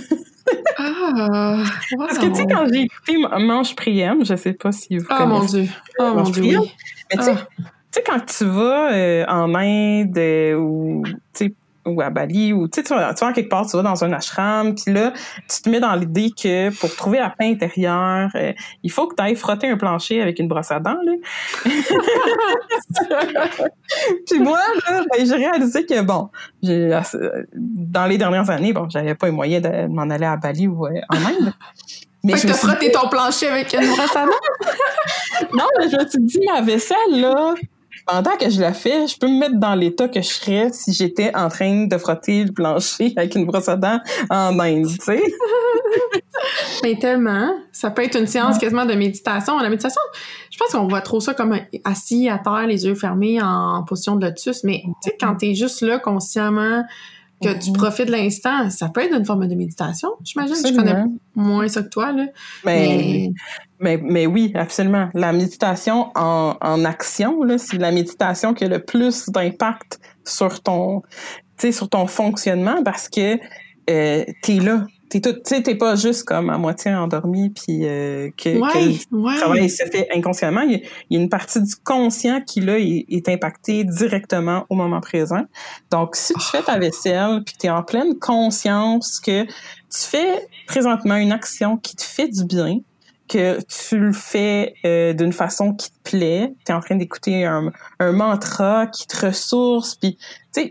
Wow. Parce que, tu sais, quand j'ai écouté Manche Priem, je sais pas si vous connaissez. Mon Dieu. Mon Dieu, oui. Mais tu sais, quand tu vas en Inde ou, tu sais, ou à Bali, ou tu vas quelque part, tu vas dans un ashram, puis là, tu te mets dans l'idée que pour trouver la paix intérieure, il faut que tu ailles frotter un plancher avec une brosse à dents, là. Puis moi, là, j'ai réalisé que, bon, dans les dernières années, bon, j'avais pas les moyens de m'en aller à Bali ou en Inde. Mais fait que t'as frotté ton plancher avec une brosse à dents? Non, mais je me suis dit, ma vaisselle, là, pendant que je la fais, je peux me mettre dans l'état que je serais si j'étais en train de frotter le plancher avec une brosse à dents en Inde, tu sais. Mais tellement. Ça peut être une séance quasiment de méditation. La méditation, je pense qu'on voit trop ça comme assis à terre, les yeux fermés, en position de lotus. Mais tu sais, quand t'es juste là, consciemment, que tu profites de l'instant, ça peut être une forme de méditation, j'imagine. Absolument. Je connais moins ça que toi, là. Mais oui, absolument. La méditation en action, là, c'est la méditation qui a le plus d'impact sur ton fonctionnement, parce que t'es là. T'es pas juste comme à moitié endormi, puis que le travail se fait inconsciemment. Il y a une partie du conscient qui, là, est impactée directement au moment présent. Donc, si tu fais ta vaisselle, puis t'es en pleine conscience que tu fais présentement une action qui te fait du bien, que tu le fais d'une façon qui te plaît, t'es en train d'écouter un mantra qui te ressource, puis tu sais,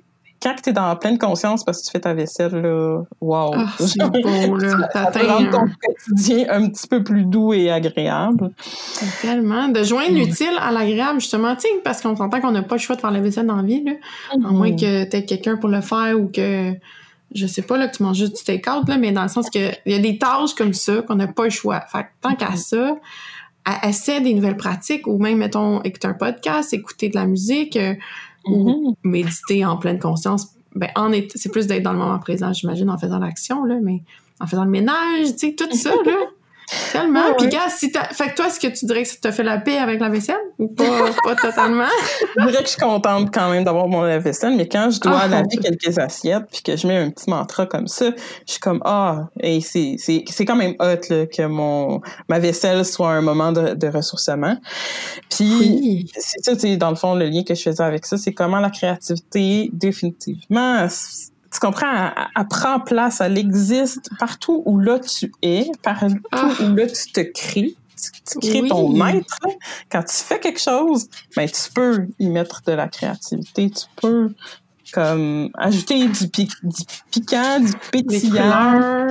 quand t'es dans pleine conscience parce que tu fais ta vaisselle, là, wow! Ah, c'est beau, là. Ça peut rendre ton quotidien un petit peu plus doux et agréable. Tellement. De joindre l'utile à l'agréable, justement, tu sais, parce qu'on s'entend qu'on n'a pas le choix de faire la vaisselle dans la vie, là. À moins que t'aies quelqu'un pour le faire ou que, je sais pas, là, que tu manges juste du take-out, là, mais dans le sens que il y a des tâches comme ça qu'on n'a pas le choix. Fait que tant qu'à ça, essaie des nouvelles pratiques ou même, mettons, écouter un podcast, écouter de la musique ou méditer en pleine conscience. Ben, c'est plus d'être dans le moment présent, j'imagine, en faisant l'action, là, mais en faisant le ménage, tu sais, tout ça, là. Tellement. Ah, puis, gars, fait que toi, est-ce que tu dirais que ça t'a fait la paix avec la vaisselle ou pas totalement? Je dirais que je suis contente quand même d'avoir mon lave-vaisselle, mais quand je dois laver quelques assiettes puis que je mets un petit mantra comme ça, je suis comme et c'est quand même hot là, que ma vaisselle soit un moment de ressourcement. Puis c'est ça, c'est dans le fond le lien que je faisais avec ça, c'est comment la créativité définitivement, tu comprends, elle prend place, elle existe partout où là tu es, partout où là tu te crées. Tu crées ton être. Là. Quand tu fais quelque chose, ben tu peux y mettre de la créativité. Tu peux comme ajouter du piquant, du pétillant.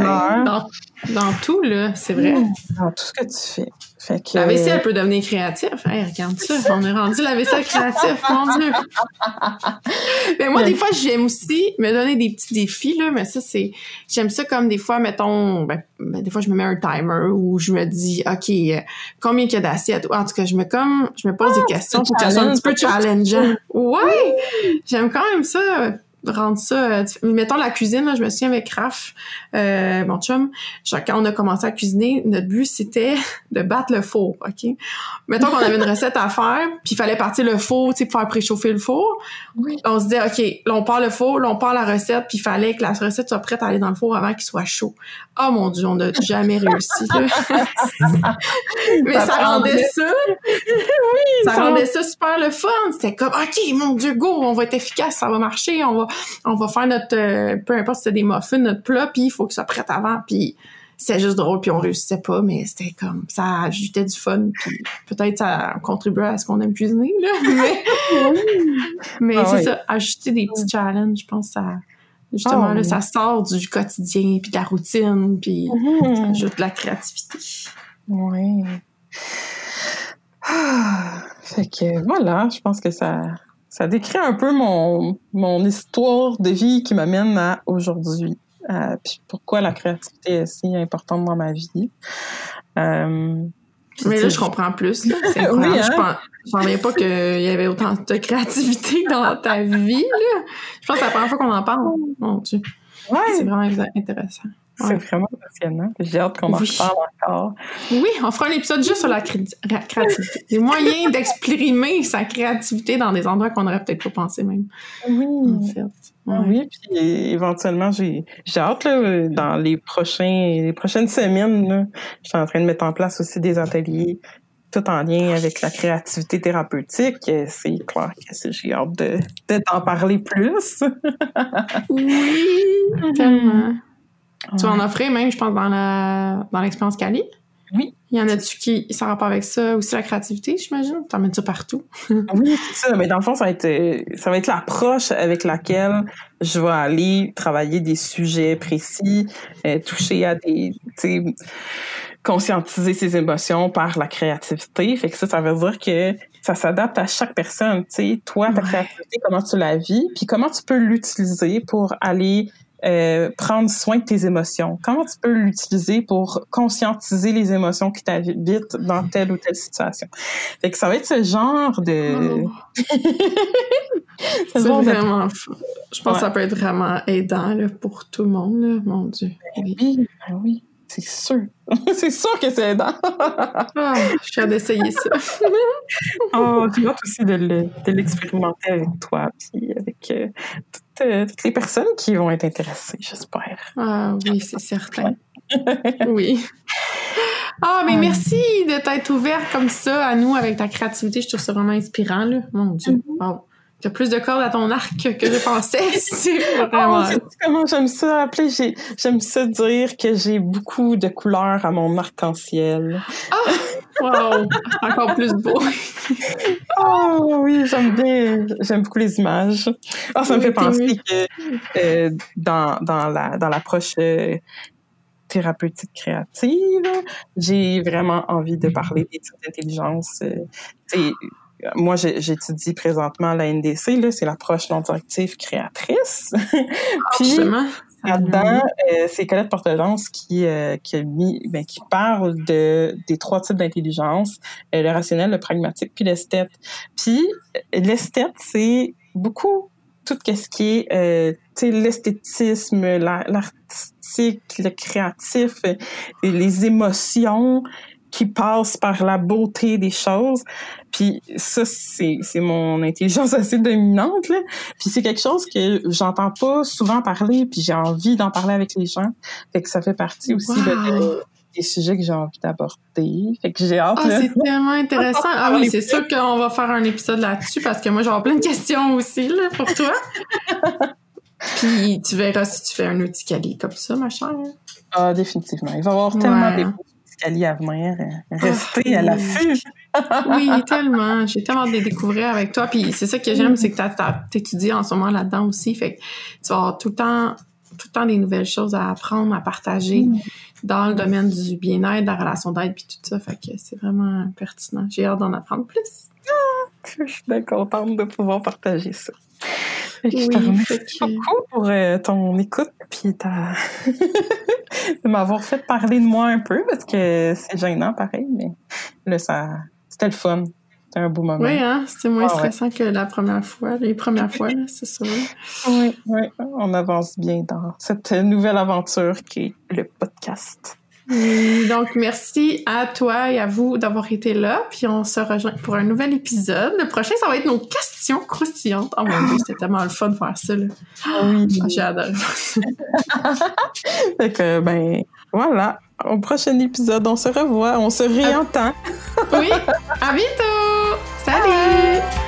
Dans tout, là, c'est vrai. Dans tout ce que tu fais. Fait que, la vaisselle peut devenir créative. Hey, regarde ça, on est rendu la vaisselle créative, mon Dieu! Mais moi, des fois, j'aime aussi me donner des petits défis, là, mais ça, j'aime ça comme des fois, mettons, des fois, je me mets un timer où je me dis, OK, combien il y a d'assiettes? En tout cas, je me pose des questions pour que ça soit un petit peu challengeant. Ouais! J'aime quand même ça. Rendre ça... mettons la cuisine, là, je me souviens avec Raph, mon chum, quand on a commencé à cuisiner, notre but, c'était de battre le four, OK? Mettons qu'on avait une recette à faire, puis il fallait partir le four, tu sais, pour faire préchauffer le four. Oui. On se disait, OK, là, on part le four, là, on part la recette, puis il fallait que la recette soit prête à aller dans le four avant qu'il soit chaud. Oh mon Dieu, on n'a jamais réussi. Mais ça rendait ça... ça rendait ça super le fun. C'était comme, OK, mon Dieu, go, on va être efficace, ça va marcher, on va faire notre, peu importe si c'était des muffins, notre plat, puis il faut que ça soit prêt avant, puis c'était juste drôle, puis on réussissait pas, mais c'était comme, ça ajoutait du fun, puis peut-être ça contribuait à ce qu'on aime cuisiner, là, mais c'est ça, ajouter des petits challenges, je pense, ça, justement, là, ça sort du quotidien, puis de la routine, puis ça ajoute de la créativité. Oui. Fait que, voilà, je pense que ça décrit un peu mon histoire de vie qui m'amène à aujourd'hui. Puis pourquoi la créativité est si importante dans ma vie. Mais là, je comprends plus. Là. C'est incroyable. Oui, hein? Je pensais pas qu'il y avait autant de créativité dans ta vie. Là. Je pense que c'est la première fois qu'on en parle. Mon Dieu. Ouais. C'est vraiment intéressant. Ouais. C'est vraiment passionnant. J'ai hâte qu'on en reparle encore. Oui, on fera un épisode juste sur la créativité. Des moyens d'exprimer sa créativité dans des endroits qu'on n'aurait peut-être pas pensé même. Oui. En fait. Ouais. Oui, puis éventuellement, j'ai hâte, là, dans les prochaines semaines, là, je suis en train de mettre en place aussi des ateliers tout en lien avec la créativité thérapeutique. C'est clair que j'ai hâte de t'en parler plus. Oui, tellement. Tu vas en offrir même, je pense, dans l'expérience Cali. Oui. Il y en a-tu qui ça rapport avec ça aussi, la créativité, j'imagine? T'en mets ça partout? Oui, c'est ça. Mais dans le fond, ça va être l'approche avec laquelle je vais aller travailler des sujets précis, toucher à conscientiser ses émotions par la créativité. Fait que ça veut dire que ça s'adapte à chaque personne. Tu sais, toi, ta créativité, comment tu la vis, puis comment tu peux l'utiliser pour aller prendre soin de tes émotions. Comment tu peux l'utiliser pour conscientiser les émotions qui t'habitent dans telle ou telle situation. Fait que ça va être ce genre de... C'est vraiment fou. Je pense que ça peut être vraiment aidant là, pour tout le monde. Là. Mon Dieu. Oui. C'est sûr. C'est sûr que c'est aidant. Je suis hâte d'essayer ça. J'ai hâte aussi de l'expérimenter avec toi puis avec toutes les personnes qui vont être intéressées, j'espère. Ah oui, c'est certain. Oui. Mais merci de t'être ouverte comme ça à nous avec ta créativité. Je trouve ça vraiment inspirant. Là. Mon Dieu. Wow. Tu as plus de cordes à ton arc que je pensais. C'est vraiment... comment j'aime ça appeler? J'aime ça dire que j'ai beaucoup de couleurs à mon arc-en-ciel. Wow! Encore plus beau. Oh oui, j'aime beaucoup les images. Ah, ça me fait penser que dans l'approche thérapeutique créative, j'ai vraiment envie de parler d'études d'intelligence. Moi, j'étudie présentement la NDC, là, c'est l'approche non-directive créatrice. Puis, là-dedans, c'est Colette Portelance qui parle des 3 types d'intelligence, le rationnel, le pragmatique, puis l'esthète. Puis, l'esthète, c'est beaucoup tout ce qui est l'esthétisme, l'artistique, le créatif, les émotions qui passent par la beauté des choses. Puis ça, c'est mon intelligence assez dominante, là. Puis c'est quelque chose que j'entends pas souvent parler, puis j'ai envie d'en parler avec les gens. Fait que ça fait partie aussi des sujets que j'ai envie d'aborder. Fait que j'ai hâte. C'est tellement intéressant. Ah oui, c'est sûr qu'on va faire un épisode là-dessus parce que moi, j'ai plein de questions aussi là, pour toi. Puis tu verras si tu fais un Urticaly comme ça, ma chère. Ah, définitivement. Il va y avoir tellement des Urticaly à venir. Rester à l'affût. Oui, tellement. J'ai tellement hâte de les découvrir avec toi. Puis c'est ça que j'aime, c'est que t'étudies en ce moment là-dedans aussi. Fait que tu vas avoir tout le temps des nouvelles choses à apprendre, à partager dans le domaine du bien-être, de la relation d'aide, puis tout ça. Fait que c'est vraiment pertinent. J'ai hâte d'en apprendre plus. Je suis bien contente de pouvoir partager ça. Je te remercie beaucoup pour ton écoute puis de m'avoir fait parler de moi un peu parce que c'est gênant pareil, mais là, c'était le fun. C'était un beau moment. Oui, hein? C'était moins stressant que les premières fois, là, c'est sûr. Oui, on avance bien dans cette nouvelle aventure qui est le podcast. Donc, merci à toi et à vous d'avoir été là. Puis on se rejoint pour un nouvel épisode. Le prochain, ça va être nos questions croustillantes. Oh mon Dieu, c'était tellement le fun de faire ça, là. Oui. J'ai adoré faire ça. Fait que, voilà. Au prochain épisode, on se revoit, on se réentend. Oui, à bientôt! Salut!